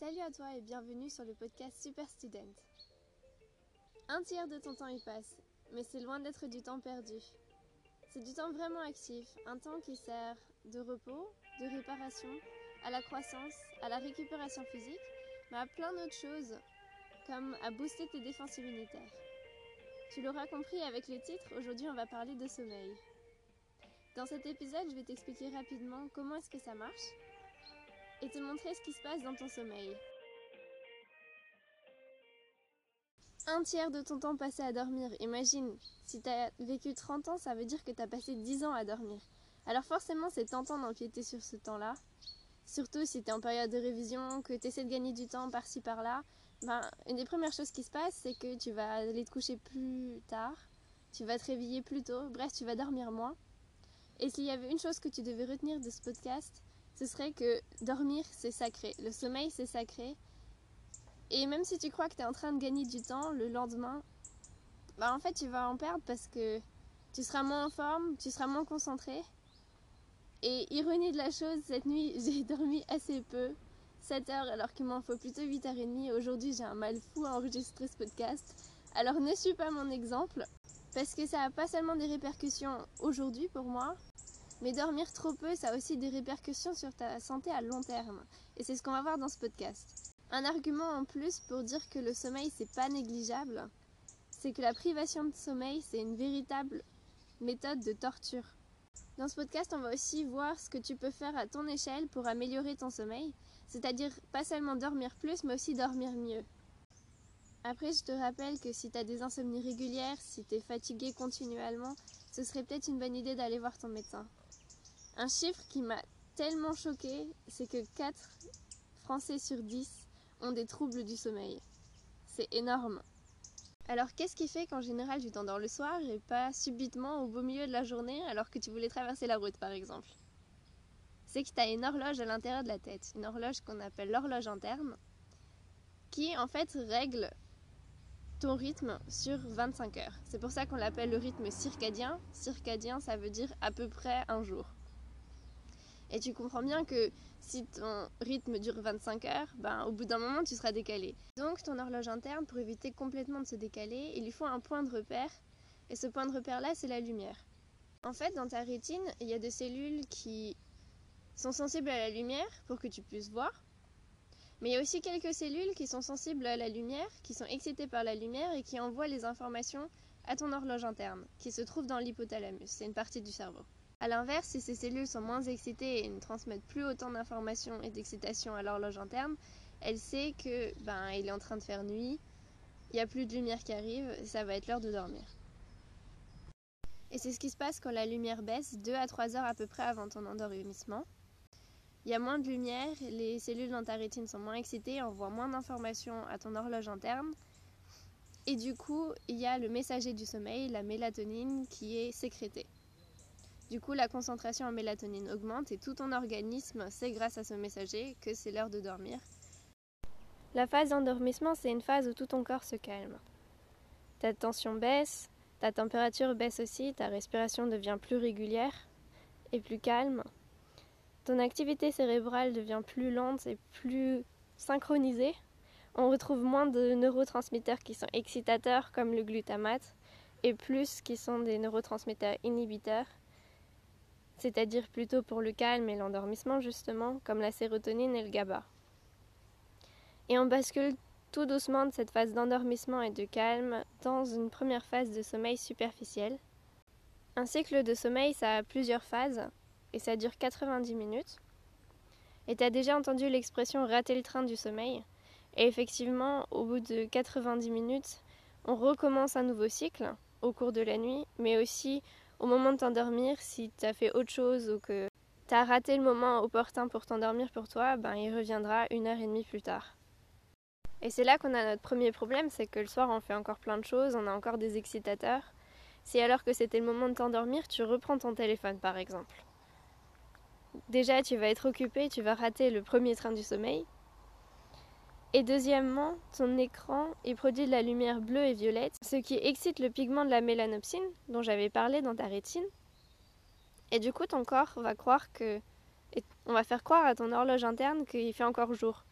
Salut à toi et bienvenue sur le podcast Super Student. Un tiers de ton temps y passe, mais c'est loin d'être du temps perdu. C'est du temps vraiment actif, un temps qui sert de repos, de réparation, à la croissance, à la récupération physique, mais à plein d'autres choses, comme à booster tes défenses immunitaires. Tu l'auras compris avec le titre, aujourd'hui on va parler de sommeil. Dans cet épisode, je vais t'expliquer rapidement comment est-ce que ça marche et te montrer ce qui se passe dans ton sommeil. Un tiers de ton temps passé à dormir. Imagine, si tu as vécu 30 ans, ça veut dire que tu as passé 10 ans à dormir. Alors forcément, c'est tentant d'empiéter sur ce temps-là. Surtout si tu es en période de révision, que tu essaies de gagner du temps par-ci par-là. Une des premières choses qui se passe, c'est que tu vas aller te coucher plus tard, tu vas te réveiller plus tôt, bref, tu vas dormir moins. Et s'il y avait une chose que tu devais retenir de ce podcast, ce serait que dormir, c'est sacré. Le sommeil, c'est sacré. Et même si tu crois que tu es en train de gagner du temps, le lendemain, en fait, tu vas en perdre parce que tu seras moins en forme, tu seras moins concentré. Et ironie de la chose, cette nuit, j'ai dormi assez peu, 7 heures, alors qu'il m'en faut plutôt 8h30. Aujourd'hui, j'ai un mal fou à enregistrer ce podcast. Alors ne suis pas mon exemple, parce que ça n'a pas seulement des répercussions aujourd'hui pour moi, mais dormir trop peu, ça a aussi des répercussions sur ta santé à long terme. Et c'est ce qu'on va voir dans ce podcast. Un argument en plus pour dire que le sommeil c'est pas négligeable, c'est que la privation de sommeil c'est une véritable méthode de torture. Dans ce podcast, on va aussi voir ce que tu peux faire à ton échelle pour améliorer ton sommeil, c'est-à-dire pas seulement dormir plus, mais aussi dormir mieux. Après, je te rappelle que si tu as des insomnies régulières, si tu es fatigué continuellement, ce serait peut-être une bonne idée d'aller voir ton médecin. Un chiffre qui m'a tellement choquée, c'est que 4 Français sur 10 ont des troubles du sommeil. C'est énorme. Alors qu'est-ce qui fait qu'en général tu t'endors le soir et pas subitement au beau milieu de la journée alors que tu voulais traverser la route par exemple? C'est que tu as une horloge à l'intérieur de la tête, une horloge qu'on appelle l'horloge interne, qui en fait règle ton rythme sur 25 heures. C'est pour ça qu'on l'appelle le rythme circadien. Circadien, ça veut dire à peu près un jour. Et tu comprends bien que si ton rythme dure 25 heures, au bout d'un moment, tu seras décalé. Donc, ton horloge interne, pour éviter complètement de se décaler, il lui faut un point de repère. Et ce point de repère-là, c'est la lumière. En fait, dans ta rétine, il y a des cellules qui sont sensibles à la lumière pour que tu puisses voir. Mais il y a aussi quelques cellules qui sont sensibles à la lumière, qui sont excitées par la lumière et qui envoient les informations à ton horloge interne, qui se trouve dans l'hypothalamus. C'est une partie du cerveau. A l'inverse, si ces cellules sont moins excitées et ne transmettent plus autant d'informations et d'excitation à l'horloge interne, elle sait que il est en train de faire nuit, il n'y a plus de lumière qui arrive, et ça va être l'heure de dormir. Et c'est ce qui se passe quand la lumière baisse 2 à 3 heures à peu près avant ton endormissement. Il y a moins de lumière, les cellules dans ta rétine sont moins excitées, envoient moins d'informations à ton horloge interne. Et du coup, il y a le messager du sommeil, la mélatonine, qui est sécrétée. Du coup, la concentration en mélatonine augmente et tout ton organisme sait grâce à ce messager que c'est l'heure de dormir. La phase d'endormissement, c'est une phase où tout ton corps se calme. Ta tension baisse, ta température baisse aussi, ta respiration devient plus régulière et plus calme. Ton activité cérébrale devient plus lente et plus synchronisée. On retrouve moins de neurotransmetteurs qui sont excitateurs comme le glutamate et plus qui sont des neurotransmetteurs inhibiteurs, c'est-à-dire plutôt pour le calme et l'endormissement justement, comme la sérotonine et le GABA. Et on bascule tout doucement de cette phase d'endormissement et de calme dans une première phase de sommeil superficiel. Un cycle de sommeil, ça a plusieurs phases et ça dure 90 minutes. Et tu as déjà entendu l'expression « rater le train du sommeil ». Et effectivement, au bout de 90 minutes, on recommence un nouveau cycle au cours de la nuit, mais aussi au moment de t'endormir, si tu as fait autre chose ou que tu as raté le moment opportun pour t'endormir pour toi, il reviendra 1h30 plus tard. Et c'est là qu'on a notre premier problème, c'est que le soir on fait encore plein de choses, on a encore des excitateurs. Si alors que c'était le moment de t'endormir, tu reprends ton téléphone par exemple. Déjà tu vas être occupé, tu vas rater le premier train du sommeil. Et deuxièmement, ton écran il produit de la lumière bleue et violette, ce qui excite le pigment de la mélanopsine dont j'avais parlé dans ta rétine. Et du coup, ton corps va croire on va faire croire à ton horloge interne qu'il fait encore jour.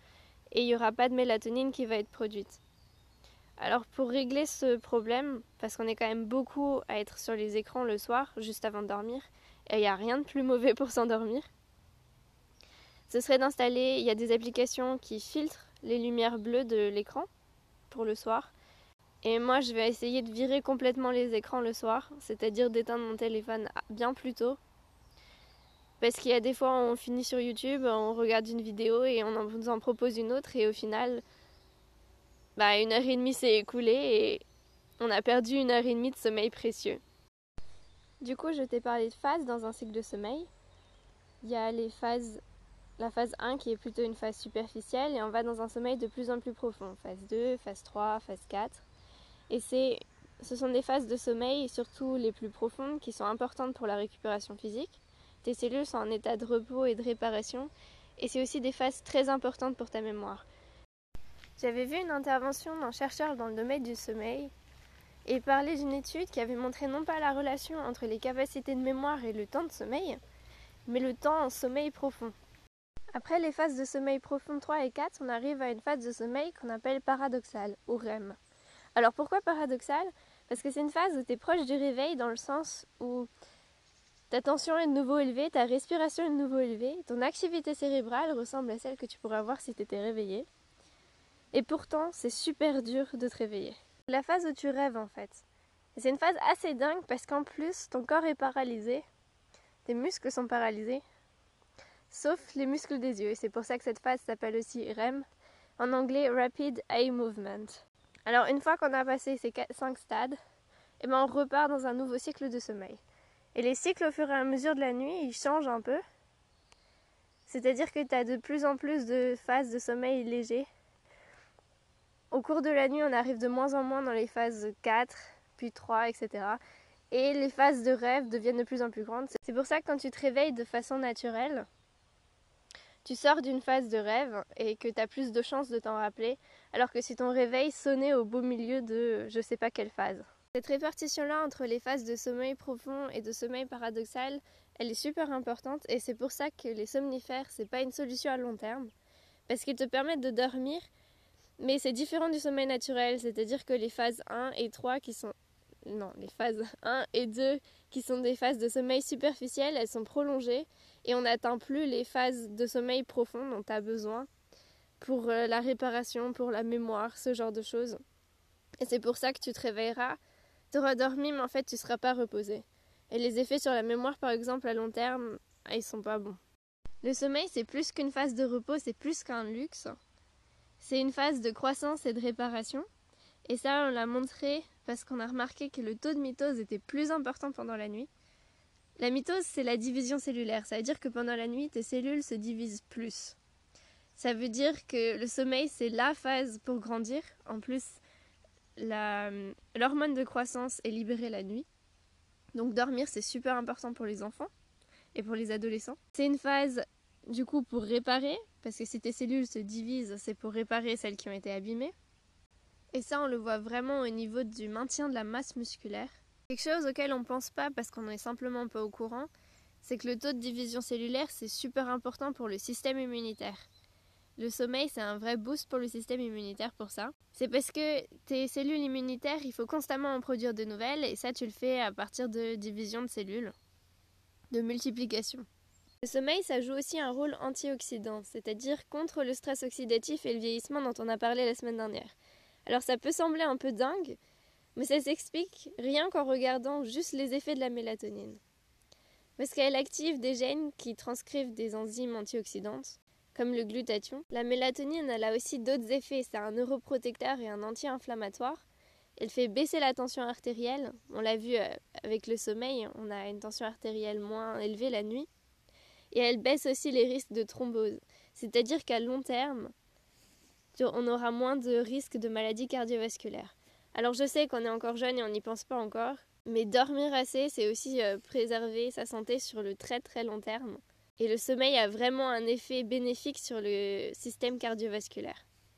et il n'y aura pas de mélatonine qui va être produite. Alors pour régler ce problème, parce qu'on est quand même beaucoup à être sur les écrans le soir, juste avant de dormir, et il n'y a rien de plus mauvais pour s'endormir, ce serait d'installer, il y a des applications qui filtrent les lumières bleues de l'écran pour le soir. Et moi je vais essayer de virer complètement les écrans le soir, c'est-à-dire d'éteindre mon téléphone bien plus tôt. Parce qu'il y a des fois on finit sur YouTube, on regarde une vidéo et on vous en propose une autre et au final, 1h30 s'est écoulée et on a perdu 1h30 de sommeil précieux. Du coup je t'ai parlé de phases dans un cycle de sommeil. Il y a la phase 1 qui est plutôt une phase superficielle et on va dans un sommeil de plus en plus profond. Phase 2, phase 3, phase 4. Et ce sont des phases de sommeil, surtout les plus profondes, qui sont importantes pour la récupération physique. Tes cellules sont en état de repos et de réparation, et c'est aussi des phases très importantes pour ta mémoire. J'avais vu une intervention d'un chercheur dans le domaine du sommeil, et il parlait d'une étude qui avait montré non pas la relation entre les capacités de mémoire et le temps de sommeil, mais le temps en sommeil profond. Après les phases de sommeil profond 3 et 4, on arrive à une phase de sommeil qu'on appelle paradoxale, ou REM. Alors pourquoi paradoxal? Parce que c'est une phase où tu es proche du réveil dans le sens où ta tension est de nouveau élevée, ta respiration est de nouveau élevée, ton activité cérébrale ressemble à celle que tu pourrais avoir si tu étais réveillé. Et pourtant, c'est super dur de te réveiller. C'est la phase où tu rêves en fait. Et c'est une phase assez dingue parce qu'en plus, ton corps est paralysé, tes muscles sont paralysés, sauf les muscles des yeux. Et c'est pour ça que cette phase s'appelle aussi REM, en anglais Rapid Eye Movement. Alors une fois qu'on a passé ces 5 stades, on repart dans un nouveau cycle de sommeil. Et les cycles au fur et à mesure de la nuit, ils changent un peu. C'est-à-dire que tu as de plus en plus de phases de sommeil léger. Au cours de la nuit, on arrive de moins en moins dans les phases 4, puis 3, etc. Et les phases de rêve deviennent de plus en plus grandes. C'est pour ça que quand tu te réveilles de façon naturelle, tu sors d'une phase de rêve et que tu as plus de chances de t'en rappeler, alors que si ton réveil sonnait au beau milieu de je sais pas quelle phase. Cette répartition-là entre les phases de sommeil profond et de sommeil paradoxal, elle est super importante et c'est pour ça que les somnifères, c'est pas une solution à long terme, parce qu'ils te permettent de dormir, mais c'est différent du sommeil naturel, c'est-à-dire que les phases 1 et 3 qui sont... Non, les phases 1 et 2 qui sont des phases de sommeil superficielles, elles sont prolongées et on n'atteint plus les phases de sommeil profond dont tu as besoin pour la réparation, pour la mémoire, ce genre de choses. Et c'est pour ça que tu te réveilleras, tu auras dormi mais en fait tu ne seras pas reposé. Et les effets sur la mémoire par exemple à long terme, ils sont pas bons. Le sommeil c'est plus qu'une phase de repos, c'est plus qu'un luxe. C'est une phase de croissance et de réparation. Et ça on l'a montré parce qu'on a remarqué que le taux de mitose était plus important pendant la nuit. La mitose, c'est la division cellulaire. Ça veut dire que pendant la nuit, tes cellules se divisent plus. Ça veut dire que le sommeil, c'est la phase pour grandir. En plus, l'hormone de croissance est libérée la nuit. Donc dormir, c'est super important pour les enfants et pour les adolescents. C'est une phase, du coup, pour réparer, parce que si tes cellules se divisent, c'est pour réparer celles qui ont été abîmées. Et ça, on le voit vraiment au niveau du maintien de la masse musculaire. Quelque chose auquel on ne pense pas parce qu'on n'est simplement pas au courant, c'est que le taux de division cellulaire, c'est super important pour le système immunitaire. Le sommeil, c'est un vrai boost pour le système immunitaire pour ça. C'est parce que tes cellules immunitaires, il faut constamment en produire de nouvelles, et ça, tu le fais à partir de division de cellules, de multiplication. Le sommeil, ça joue aussi un rôle antioxydant, c'est-à-dire contre le stress oxydatif et le vieillissement dont on a parlé la semaine dernière. Alors ça peut sembler un peu dingue, mais ça s'explique rien qu'en regardant juste les effets de la mélatonine. Parce qu'elle active des gènes qui transcrivent des enzymes antioxydantes, comme le glutathion. La mélatonine, elle a aussi d'autres effets. C'est un neuroprotecteur et un anti-inflammatoire. Elle fait baisser la tension artérielle. On l'a vu avec le sommeil, on a une tension artérielle moins élevée la nuit. Et elle baisse aussi les risques de thrombose. C'est-à-dire qu'à long terme, on aura moins de risques de maladies cardiovasculaires. Alors je sais qu'on est encore jeune et on n'y pense pas encore, mais dormir assez, c'est aussi préserver sa santé sur le très très long terme. Et le sommeil a vraiment un effet bénéfique sur le système cardiovasculaire.